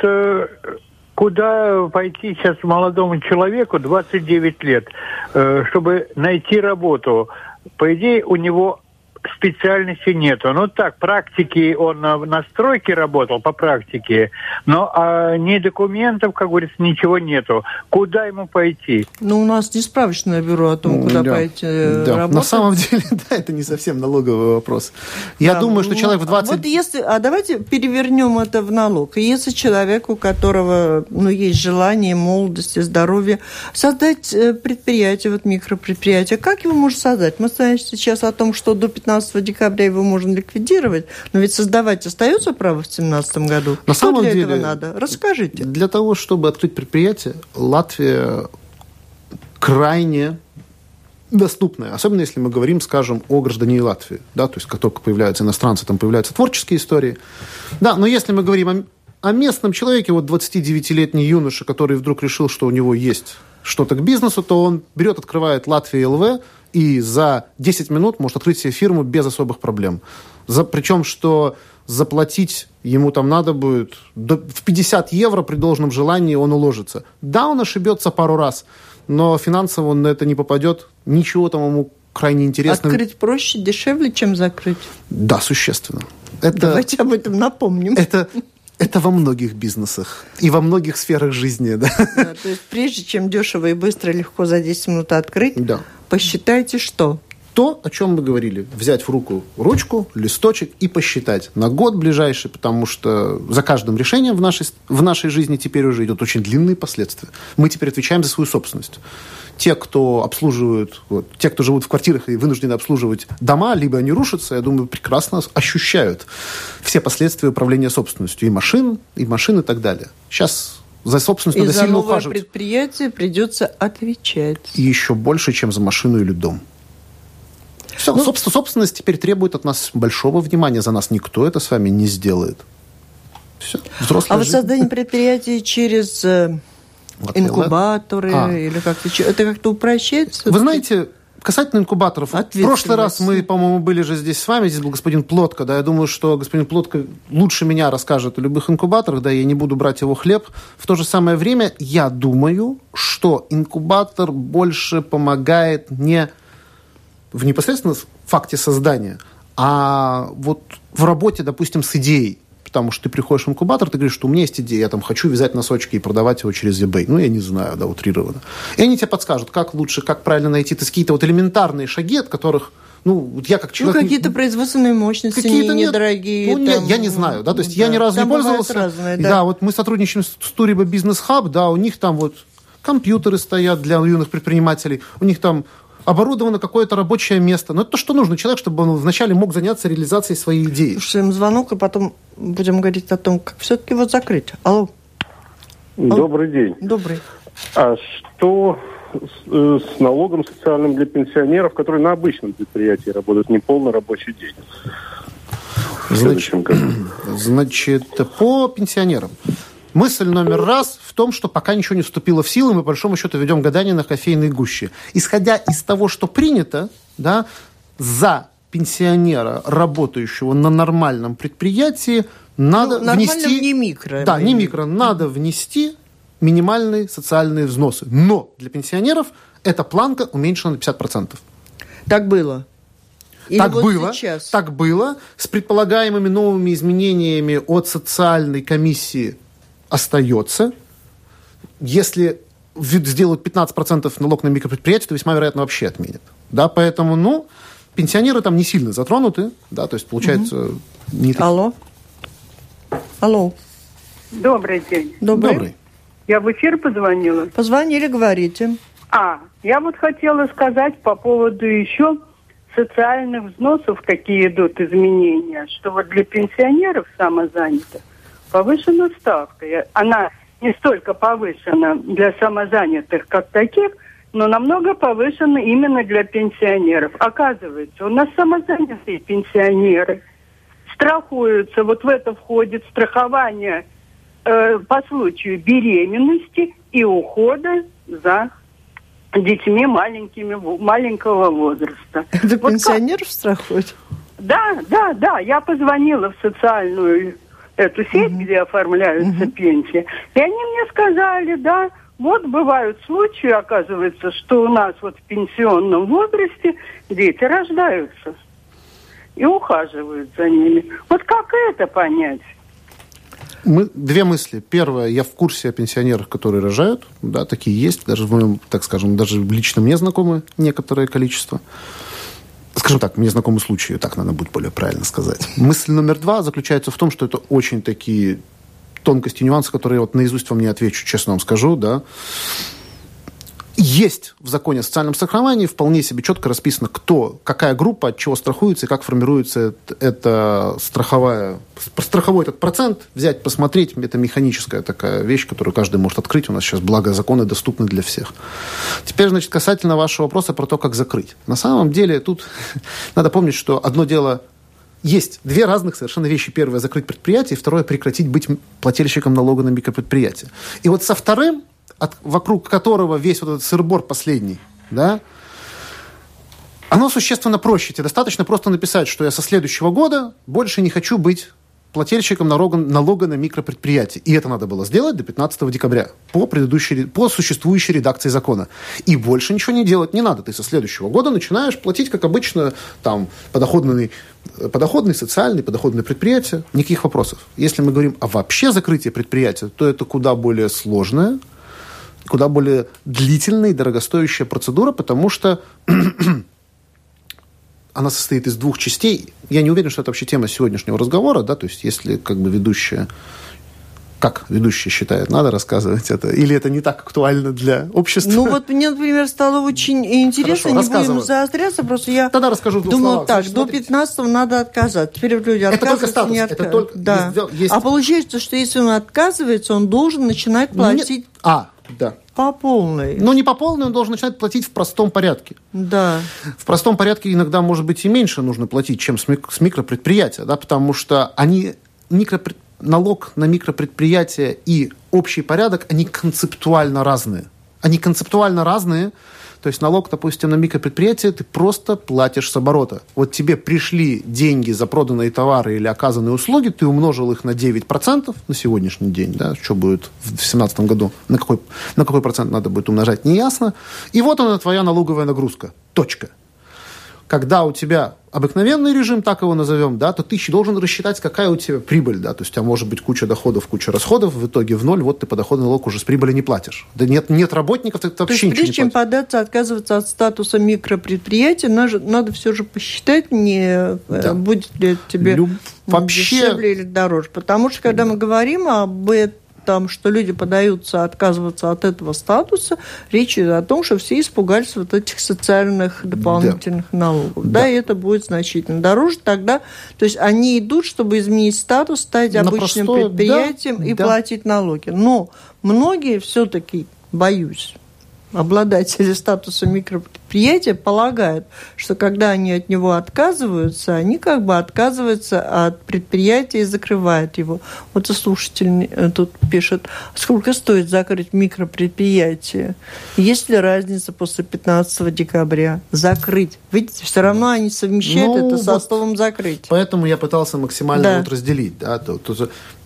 куда пойти сейчас молодому человеку, двадцать девять лет, чтобы найти работу? По идее, у него специальности нету. Ну так, практики, он на, на стройке работал, по практике, но а, ни документов, как говорится, ничего нету. Куда ему пойти? Ну, у нас не справочное бюро о том, куда да. пойти да. работать. На самом деле, да, это не совсем налоговый вопрос. Я да, думаю, что человек в двадцать... Вот если... А давайте перевернем это в налог. Если человек, у которого ну, есть желание, молодость и здоровье, создать предприятие, вот микропредприятие, как его можно создать? Мы знаем сейчас о том, что до пятнадцатого декабря его можно ликвидировать, но ведь создавать остается право в две тысячи семнадцатом году. На что самом для деле, этого надо? Расскажите. Для того, чтобы открыть предприятие, Латвия крайне доступная. Особенно если мы говорим, скажем, о гражданине Латвии. Да, то есть, как только появляются иностранцы, там появляются творческие истории. Да, но если мы говорим о, о местном человеке, вот двадцатидевятилетний юноша, который вдруг решил, что у него есть что-то к бизнесу, то он берет, открывает Латвия ЛВ, и за десять минут может открыть себе фирму без особых проблем. За, причем, что заплатить ему там надо будет до, в пятьдесят евро при должном желании он уложится. Да, он ошибется пару раз, но финансово он на это не попадет. Ничего там ему крайне интересного. Открыть проще, дешевле, чем закрыть? Да, существенно. Это, давайте об этом напомним. Это... Это во многих бизнесах и во многих сферах жизни. Да? Да, то есть прежде чем дешево и быстро, легко за десять минут открыть, да. посчитайте что? То, о чем мы говорили. Взять в руку ручку, листочек и посчитать на год ближайший, потому что за каждым решением в нашей, в нашей жизни теперь уже идут очень длинные последствия. Мы теперь отвечаем за свою собственность. Те, кто обслуживают, вот, те, кто живут в квартирах и вынуждены обслуживать дома, либо они рушатся, я думаю, прекрасно ощущают все последствия управления собственностью. И машин, и машин, и так далее. Сейчас за собственность и надо за сильно новое ухаживать. Предприятие придется отвечать. И еще больше, чем за машину или дом. Все, ну, собственно, собственность теперь требует от нас большого внимания. За нас никто это с вами не сделает. Все. Взрослая а вот жизнь. Создание предприятий через э, инкубаторы а. или как-то, это как-то упрощается? Вы знаете, касательно инкубаторов, в прошлый раз мы, по-моему, были же здесь с вами, здесь был господин Плотко, да, я думаю, что господин Плотко лучше меня расскажет о любых инкубаторах, да, я не буду брать его хлеб. В то же самое время я думаю, что инкубатор больше помогает не в непосредственно факте создания, а вот в работе, допустим, с идеей. Потому что ты приходишь в инкубатор, ты говоришь, что у меня есть идея, я там хочу вязать носочки и продавать его через eBay. Ну, я не знаю, да, утрированно. И они тебе подскажут, как лучше, как правильно найти. То есть какие-то вот элементарные шаги, от которых, ну, вот я как человек... Ну, какие-то не... производственные мощности какие-то не, недорогие. Ну, там... я, я не знаю, да, то есть да. я ни разу там не пользовался. Разные, да. да, вот мы сотрудничаем с Туриба Бизнес Хаб, да, у них там вот компьютеры стоят для юных предпринимателей, у них там оборудовано какое-то рабочее место. Но это то, что нужно человек, чтобы он вначале мог заняться реализацией своей идеи. Слушаем звонок, и потом будем говорить о том, как все-таки вот закрыть. Алло. Добрый Алло. день. Добрый. А что с, с налогом социальным для пенсионеров, которые на обычном предприятии работают, не полный рабочий день? Значит, значит, по пенсионерам. Мысль номер раз в том, что пока ничего не вступило в силу, мы, по большому счету, ведем гадание на кофейной гуще. Исходя из того, что принято, да, за пенсионера, работающего на нормальном предприятии, надо ну, внести... не микро. Да, не микро. Надо внести минимальные социальные взносы. Но для пенсионеров эта планка уменьшена на пятьдесят процентов. Так было? Или так вот было, сейчас? Так было. С предполагаемыми новыми изменениями от социальной комиссии остается. Если сделают пятнадцать процентов налог на микропредприятие, то весьма вероятно вообще отменят. Да, поэтому, ну, пенсионеры там не сильно затронуты, да, то есть получается... Угу. Не Алло. Алло. Добрый день. Добрый. Добрый. Я в эфир позвонила? Позвонили, говорите. А, я вот хотела сказать по поводу еще социальных взносов, какие идут изменения, что вот для пенсионеров самозанятых повышена ставка. Она не столько повышена для самозанятых, как таких, но намного повышена именно для пенсионеров. Оказывается, у нас самозанятые пенсионеры страхуются. Вот в это входит страхование э, по случаю беременности и ухода за детьми маленькими, маленького возраста. Это вот пенсионеров как? Страхуют? Да, да, да. Я позвонила в социальную эту сеть, mm-hmm. где оформляются mm-hmm. пенсии, и они мне сказали, да, вот бывают случаи, оказывается, что у нас вот в пенсионном возрасте дети рождаются и ухаживают за ними. Вот как это понять? Мы, две мысли. Первое, я в курсе о пенсионерах, которые рожают. Да, такие есть. Даже в моем, так скажем, даже лично мне знакомы некоторое количество. Скажем так, мне знакомы случаи, так надо будет более правильно сказать. Мысль номер два заключается в том, что это очень такие тонкости, нюансы, которые я вот наизусть вам не отвечу, честно вам скажу, да. Есть в законе о социальном страховании вполне себе четко расписано, кто, какая группа от чего страхуется и как формируется это страховая, страховой этот процент. Взять, посмотреть, это механическая такая вещь, которую каждый может открыть. У нас сейчас, благо, законы доступны для всех. Теперь, значит, касательно вашего вопроса про то, как закрыть. На самом деле, тут надо помнить, что одно дело... Есть две разных совершенно вещи. Первое – закрыть предприятие, и второе – прекратить быть плательщиком налога на микропредприятие. И вот со вторым, от, вокруг которого весь вот этот сыр-бор последний, да, оно существенно проще. Тебе достаточно просто написать, что я со следующего года больше не хочу быть плательщиком налога, налога на микропредприятие. И это надо было сделать до пятнадцатого декабря по, предыдущей, по существующей редакции закона. И больше ничего не делать не надо. Ты со следующего года начинаешь платить, как обычно, там, подоходный, подоходный, социальный, подоходное предприятие. Никаких вопросов. Если мы говорим о вообще закрытии предприятия, то это куда более сложная, куда более длительная и дорогостоящая процедура, потому что она состоит из двух частей. Я не уверен, что это вообще тема сегодняшнего разговора, да, то есть если как бы ведущая, как ведущая считает, надо рассказывать это, или это не так актуально для общества? Ну вот мне, например, стало очень интересно, Хорошо, не будем заостряться, просто я Тогда расскажу в двух думала, словах. так, Значит, до пятнадцатого надо отказаться. Теперь люди это отказываются, только статус, не это отказываются. только... Да. Есть, есть... А получается, что если он отказывается, он должен начинать платить... Нет. А, да. По полной. Но не по полной, он должен начинать платить в простом порядке. Да. В простом порядке иногда, может быть, и меньше нужно платить, чем с, мик- с микропредприятия, да, потому что они, микропред... налог на микропредприятия и общий порядок, они концептуально разные. Они концептуально разные. То есть налог, допустим, на микропредприятие ты просто платишь с оборота. Вот тебе пришли деньги за проданные товары или оказанные услуги, ты умножил их на девять процентов на сегодняшний день, да, что будет в две тысячи семнадцатом году, на какой, на какой процент надо будет умножать, не ясно. И вот она, твоя налоговая нагрузка. Точка. Когда у тебя обыкновенный режим, так его назовем, да, то ты еще должен рассчитать, какая у тебя прибыль, да, то есть у тебя может быть куча доходов, куча расходов, в итоге в ноль, вот ты подоходный налог уже с прибыли не платишь. Да нет, нет работников, ты вообще то есть, ничего прежде не чем платишь. податься, отказываться от статуса микропредприятия, надо, надо все же посчитать, не да. будет ли это тебе Люб... вообще... дешевле или дороже. Потому что, когда да. мы говорим об этом, там, что люди подаются отказываться от этого статуса, речь идет о том, что все испугались вот этих социальных дополнительных да. налогов. Да. да, и это будет значительно дороже тогда. То есть они идут, чтобы изменить статус, стать На обычным простое, предприятием да, и да. платить налоги. Но многие все-таки, боюсь, обладатели статуса микропредприятия полагают, что когда они от него отказываются, они как бы отказываются от предприятия и закрывают его. Вот и слушатель тут пишет, сколько стоит закрыть микропредприятие? Есть ли разница после пятнадцатого декабря? Закрыть. Видите, все равно они совмещают ну, это со вот словом закрыть. Поэтому я пытался максимально да. вот разделить. Да, то, то,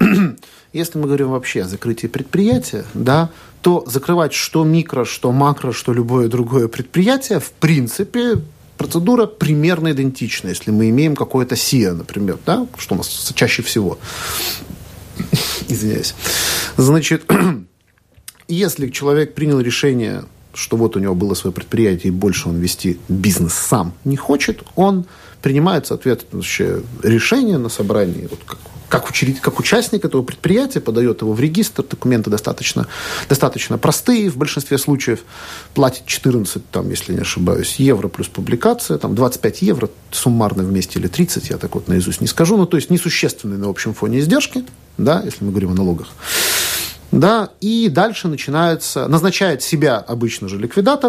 если мы говорим вообще о закрытии предприятия, да, то закрывать что микро, что макро, что любое другое предприятие, в принципе, процедура примерно идентична, если мы имеем какое-то СИА, например, да, что у нас чаще всего. Извиняюсь. Значит, если человек принял решение, что вот у него было свое предприятие, и больше он вести бизнес сам не хочет, он принимает соответствующее решение на собрании, вот как Как, учредитель, как участник этого предприятия, подает его в регистр, документы достаточно, достаточно простые в большинстве случаев, платит четырнадцать, там, если не ошибаюсь, евро плюс публикация, там, двадцать пять евро суммарно вместе или тридцать, я так вот наизусть не скажу, ну, то есть несущественные на общем фоне издержки, да, если мы говорим о налогах. Да, и дальше начинается, назначает себя обычно же ликвидатором,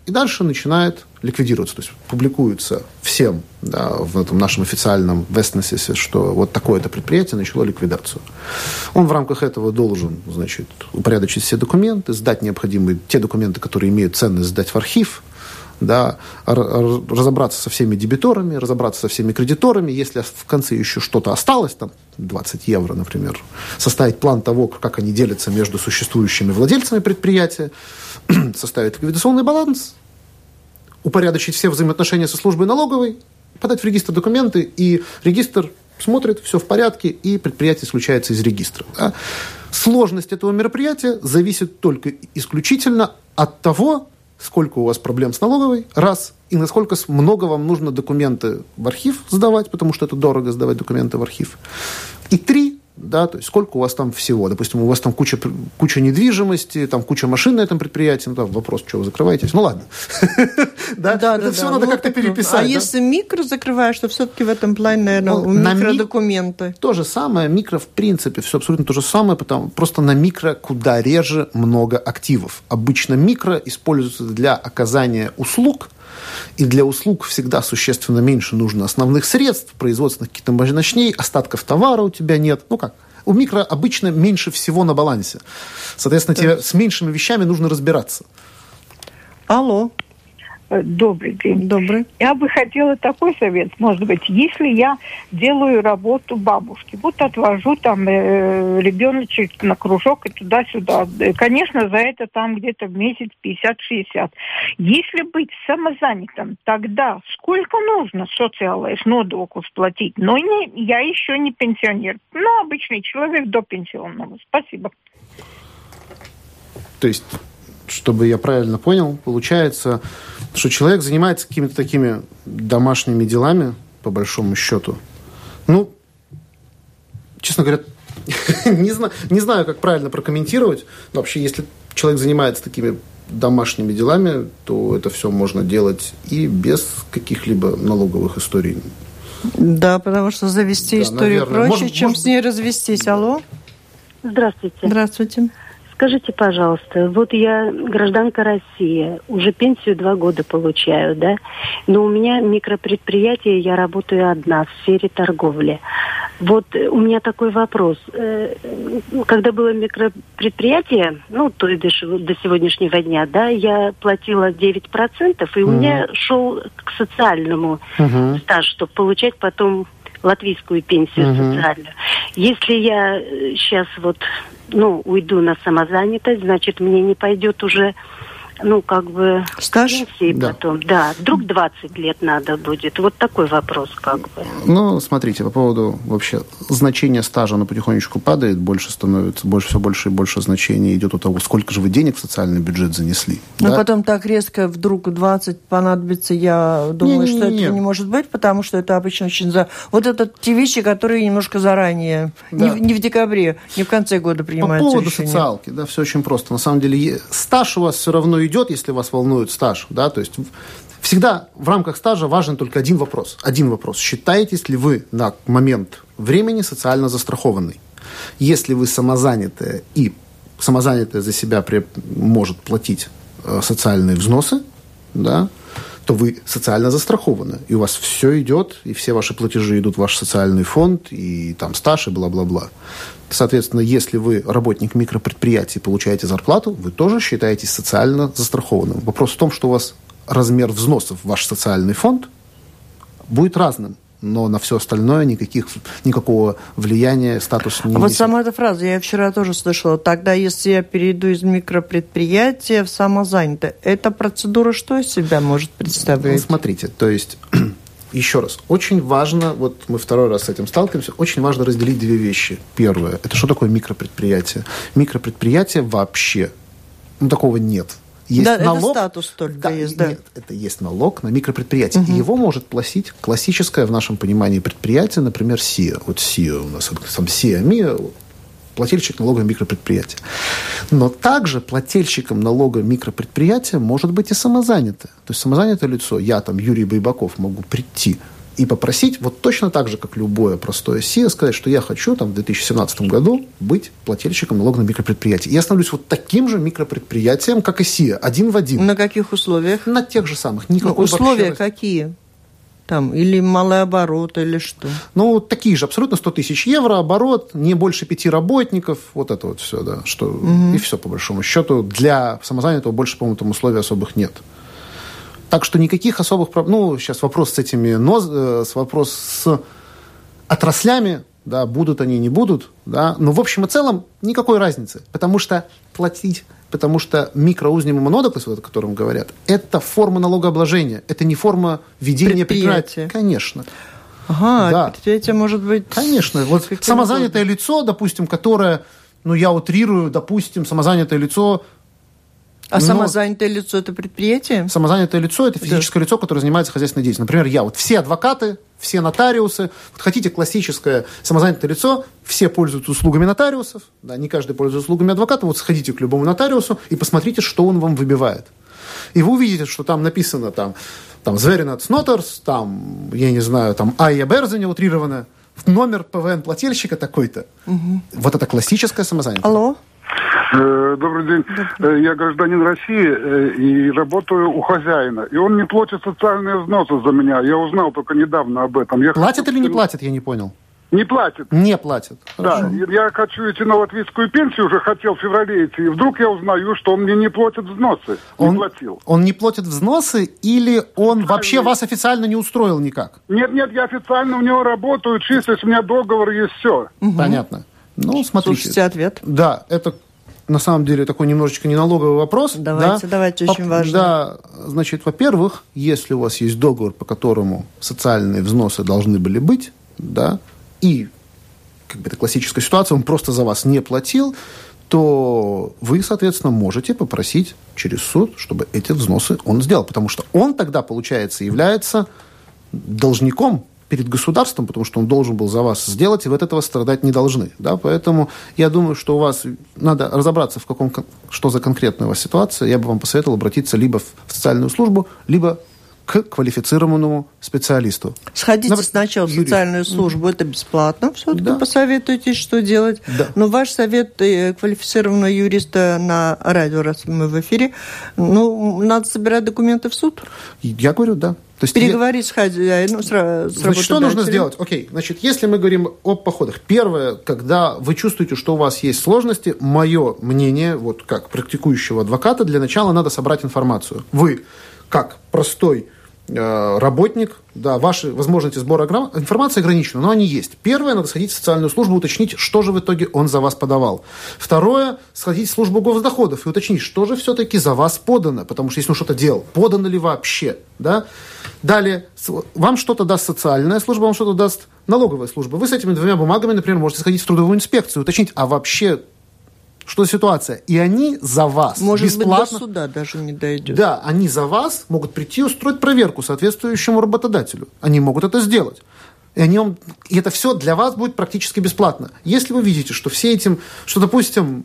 и дальше начинает ликвидироваться. То есть публикуется всем, да, в этом нашем официальном Вестнессе, что вот такое-то предприятие начало ликвидацию. Он в рамках этого должен, значит, упорядочить все документы, сдать необходимые те документы, которые имеют ценность, сдать в архив, да, разобраться со всеми дебиторами, разобраться со всеми кредиторами. Если в конце еще что-то осталось, там двадцать евро, например, составить план того, как они делятся между существующими владельцами предприятия, составить ликвидационный баланс, упорядочить все взаимоотношения со службой налоговой, подать в регистр документы, и регистр смотрит, все в порядке, и предприятие исключается из регистра. Да. Сложность этого мероприятия зависит только исключительно от того, сколько у вас проблем с налоговой, раз, и насколько много вам нужно документы в архив сдавать, потому что это дорого сдавать документы в архив. И три, да, то есть сколько у вас там всего. Допустим, у вас там куча, куча недвижимости, там куча машин на этом предприятии. Ну, там вопрос, что вы закрываетесь. Ну, ладно. Да, это все надо как-то переписать. А если микро закрываешь, то все-таки в этом плане, наверное, микродокументы. То же самое. Микро, в принципе, все абсолютно то же самое, потому просто на микро куда реже много активов. Обычно микро используется для оказания услуг, и для услуг всегда существенно меньше нужно основных средств, производственных каких-то мощней, остатков товара у тебя нет. Ну как? У микро обычно меньше всего на балансе. Соответственно, тебе с меньшими вещами нужно разбираться. Алло. Добрый день. Добрый. Я бы хотела такой совет, может быть, если я делаю работу бабушки, вот отвожу там э, ребеночек на кружок и туда-сюда. Конечно, за это там где-то в месяц пятьдесят-шестьдесят. Если быть самозанятым, тогда сколько нужно социалais нодокус платить? Но не, я еще не пенсионер, но обычный человек до пенсионного. Спасибо. То есть, чтобы я правильно понял, получается, что человек занимается какими-то такими домашними делами, по большому счету. Ну, честно говоря, не, знаю, не знаю, как правильно прокомментировать. Но вообще, если человек занимается такими домашними делами, то это все можно делать и без каких-либо налоговых историй. Да, потому что завести да, историю наверное. проще, может, чем может... с ней развестись. Алло? Здравствуйте. Здравствуйте. Скажите, пожалуйста, вот я гражданка России, уже пенсию два года получаю, да, но у меня микропредприятие, я работаю одна в сфере торговли. Вот у меня такой вопрос. Когда было микропредприятие, ну, то есть до, до сегодняшнего дня, да, я платила девять процентов, и угу. у меня шел к социальному угу. стаж, чтобы получать потом латвийскую пенсию угу. социальную. Если я сейчас вот, ну, уйду на самозанятость, значит, мне не пойдет уже, ну, как бы... Стаж? Пенсии да. потом. Да, вдруг двадцать лет надо будет. Вот такой вопрос, как бы. Ну, смотрите, по поводу вообще значения стажа, оно потихонечку падает, больше становится, больше, все больше и больше значения идет у того, сколько же вы денег в социальный бюджет занесли. Но да? потом так резко вдруг двадцать понадобится, я думаю, не, не, что не, это не может быть, потому что это обычно очень... за. Вот это те вещи, которые немножко заранее, да. не, не в декабре, не в конце года принимаются решения. По поводу решения. социалки, да, все очень просто. На самом деле, стаж у вас все равно идет, если вас волнует стаж, да, то есть всегда в рамках стажа важен только один вопрос. Один вопрос. Считаетесь ли вы на момент времени социально застрахованный? Если вы самозанятые и самозанятая за себя при, может платить э, социальные взносы, да, то вы социально застрахованы. И у вас все идет, и все ваши платежи идут в ваш социальный фонд, и там стаж, и бла-бла-бла. Соответственно, если вы работник микропредприятия и получаете зарплату, вы тоже считаетесь социально застрахованным. Вопрос в том, что у вас размер взносов в ваш социальный фонд будет разным. Но на все остальное никаких, никакого влияния статус не а вот несет. сама эта фраза, я вчера тоже слышала, тогда если я перейду из микропредприятия в самозанятое, эта процедура что из себя может представлять? Ну, смотрите, то есть, еще раз, очень важно, вот мы второй раз с этим сталкиваемся, очень важно разделить две вещи. Первое, это что такое микропредприятие? Микропредприятие вообще, ну, такого нет. Есть да, налог, это статус только да, есть, да. Нет, это есть налог на микропредприятие. Угу. И его может платить классическое в нашем понимании предприятие, например, СИА. Вот СИА у нас, там СИА, МИА, плательщик налога микропредприятия. Но также плательщиком налога микропредприятия может быть и самозанятое. То есть самозанятое лицо, я там, Юрий Байбаков, могу прийти и попросить, вот точно так же, как любое простое СИА, сказать, что я хочу там, в две тысячи семнадцатом году быть плательщиком налога на микропредприятие. Я становлюсь вот таким же микропредприятием, как и СИА, один в один. На каких условиях? На тех же самых. Никакой ну, условия вообще... какие? Там, или малый оборот, или что? Ну, такие же, абсолютно сто тысяч евро, оборот, не больше пяти работников, вот это вот все, да, что, угу. И все, по большому счету. Для самозанятого больше, по-моему, там условий особых нет. Так что никаких особых проблем, ну, сейчас вопрос с этими, но, с вопрос с отраслями, да, будут они, не будут, да, но в общем и целом никакой разницы, потому что платить, потому что микроузним и монодоклас, вот, о котором говорят, это форма налогообложения, это не форма ведения предприятия. Конечно. Ага, да. Предприятие может быть... Конечно. Вот самозанятое угодно. лицо, допустим, которое, ну, я утрирую, допустим, самозанятое лицо... А но... самозанятое лицо – это предприятие? Самозанятое лицо – это физическое да. лицо, которое занимается хозяйственной деятельностью. Например, я. Вот все адвокаты, все нотариусы. Вот хотите классическое самозанятое лицо, все пользуются услугами нотариусов. Да, не каждый пользуется услугами адвоката. Вот сходите к любому нотариусу и посмотрите, что он вам выбивает. И вы увидите, что там написано там, там «Зверинец Нотерс», там, я не знаю, там «Айя Берзеня» утрированно, номер ПВН плательщика такой-то. Угу. Вот это классическое самозанятое. Алло. Добрый день. Добрый. Я гражданин России и работаю у хозяина. И он не платит социальные взносы за меня. Я узнал только недавно об этом. Я платит хочу... или не платит, я не понял. Не платит. Не платит. Да. Хорошо. Я хочу идти на латвийскую пенсию, уже хотел в феврале идти. И вдруг я узнаю, что он мне не платит взносы. Он, не платил. Он не платит взносы или он официально... вообще вас официально не устроил никак? Нет, нет, я официально у него работаю, числюсь, у меня договор есть, все. Угу. Понятно. Ну, смотрите. Слушайте ответ. Да, это... На самом деле, такой немножечко неналоговый вопрос. Давайте, да? давайте, очень По, важно. Да, значит, во-первых, если у вас есть договор, по которому социальные взносы должны были быть, да, и, как бы это классическая ситуация, он просто за вас не платил, то вы, соответственно, можете попросить через суд, чтобы эти взносы он сделал. Потому что он тогда, получается, является должником перед государством, потому что он должен был за вас сделать, и вы от этого страдать не должны. Да? Поэтому я думаю, что у вас надо разобраться, в каком, что за конкретная у вас ситуация. Я бы вам посоветовал обратиться либо в социальную службу, либо к квалифицированному специалисту. Сходите Например, сначала в социальную службу, mm-hmm. это бесплатно, все-таки да. посоветуйтесь, что делать. Да. Но ваш совет квалифицированного юриста на радио, раз мы в эфире, ну, надо собирать документы в суд? Я говорю, да. То есть переговорить я... с хозяином, с, с Значит, что нужно сделать? Окей, значит, если мы говорим о походах. Первое, когда вы чувствуете, что у вас есть сложности, мое мнение, вот как практикующего адвоката, для начала надо собрать информацию. Вы, как простой э, работник, да, ваши возможности сбора информации ограничены, но они есть. Первое, надо сходить в социальную службу, уточнить, что же в итоге он за вас подавал. Второе, сходить в службу госдоходов и уточнить, что же все-таки за вас подано, потому что если он что-то делал, подано ли вообще, да. Далее, вам что-то даст социальная служба, вам что-то даст налоговая служба. Вы с этими двумя бумагами, например, можете сходить в трудовую инспекцию, уточнить, а вообще, что ситуация. И они за вас Может бесплатно... быть, до суда даже не дойдет. Да, они за вас могут прийти и устроить проверку соответствующему работодателю. Они могут это сделать. И, они вам... и это все для вас будет практически бесплатно. Если вы видите, что все этим, что, допустим,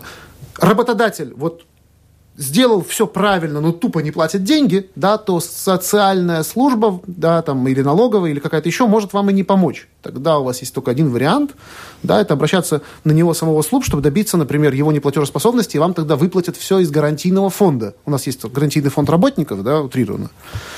работодатель вот сделал все правильно, но тупо не платит деньги, да, то социальная служба, да, там, или налоговая, или какая-то еще, может вам и не помочь. Тогда у вас есть только один вариант, да, это обращаться на него самого служб, чтобы добиться, например, его неплатежеспособности, и вам тогда выплатят все из гарантийного фонда. У нас есть гарантийный фонд работников, да, утрированно.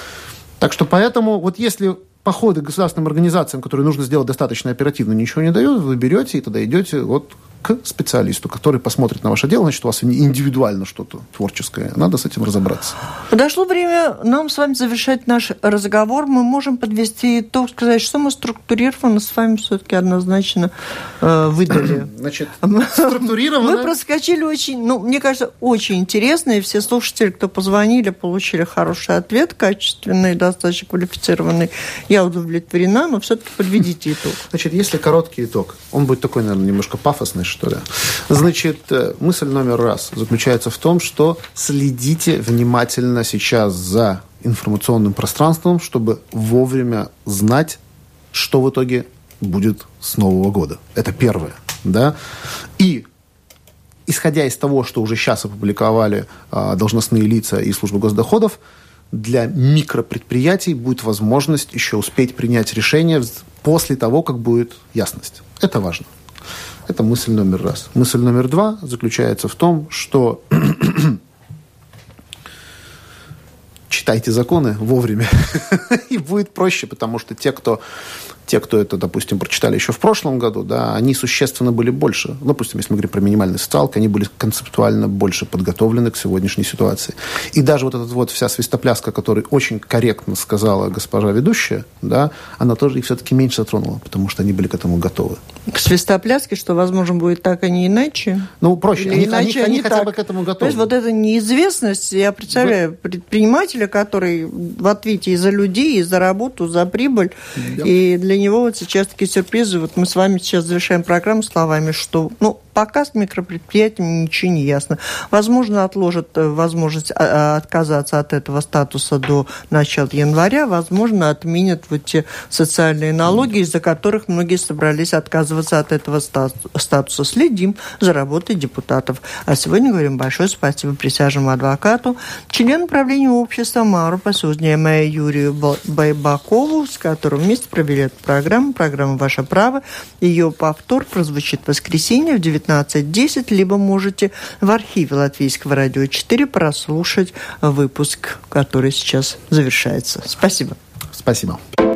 Так что поэтому, вот если походы к государственным организациям, которые нужно сделать достаточно оперативно, ничего не дают, вы берете и тогда идете вот к специалисту, который посмотрит на ваше дело, значит, у вас индивидуально что-то творческое. Надо с этим разобраться. Подошло время нам с вами завершать наш разговор. Мы можем подвести итог, сказать, что мы структурированно с вами все-таки однозначно э, выдали. Значит, структурированно... Мы проскочили очень, ну, мне кажется, очень интересно, и все слушатели, кто позвонили, получили хороший ответ, качественный, достаточно квалифицированный. Я удовлетворена, но все-таки подведите итог. Значит, если короткий итог, он будет такой, наверное, немножко пафосный, что ли. Значит, мысль номер раз заключается в том, что следите внимательно сейчас за информационным пространством, чтобы вовремя знать, что в итоге будет с Нового года. Это первое. Да? И исходя из того, что уже сейчас опубликовали а, должностные лица и службы госдоходов, для микропредприятий будет возможность еще успеть принять решение после того, как будет ясность. Это важно. Это мысль номер раз. Мысль номер два заключается в том, что читайте законы вовремя, и будет проще, потому что те, кто, те, кто это, допустим, прочитали еще в прошлом году, да, они существенно были больше. Допустим, если мы говорим про минимальные социалки, они были концептуально больше подготовлены к сегодняшней ситуации. И даже вот эта вот вся свистопляска, которую очень корректно сказала госпожа ведущая, да, она тоже их все-таки меньше затронула, потому что они были к этому готовы. К свистопляске, что, возможно, будет так, а не иначе? Ну, проще. Или они иначе, они, они хотя так. бы к этому готовы. То есть вот эта неизвестность, я представляю, Вы... предпринимателя, который в ответе и за людей, и за работу, за прибыль, да. И для него вот сейчас такие сюрпризы. Вот мы с вами сейчас завершаем программу словами, что, ну, пока с микропредприятиями ничего не ясно. Возможно, отложат возможность отказаться от этого статуса до начала января, возможно, отменят вот те социальные налоги, из-за которых многие собрались отказываться от этого статуса. Следим за работой депутатов. А сегодня говорим большое спасибо присяжному адвокату, члену правления общества Мару Посудняя Юрию Байбакову, с которым вместе провели эту программу. Программа «Ваше право». Ее повтор прозвучит в воскресенье в девятнадцать десять, либо можете в архиве Латвийского радио четыре прослушать выпуск, который сейчас завершается. Спасибо. Спасибо.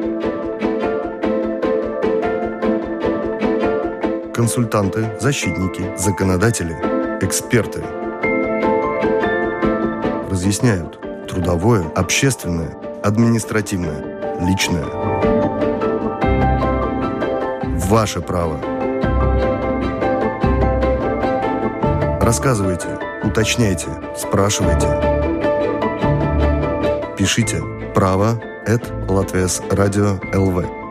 Консультанты, защитники, законодатели, эксперты разъясняют трудовое, общественное, административное, личное. Ваше право. Рассказывайте, уточняйте, спрашивайте. Пишите право эт латвийс радио точка эл ви.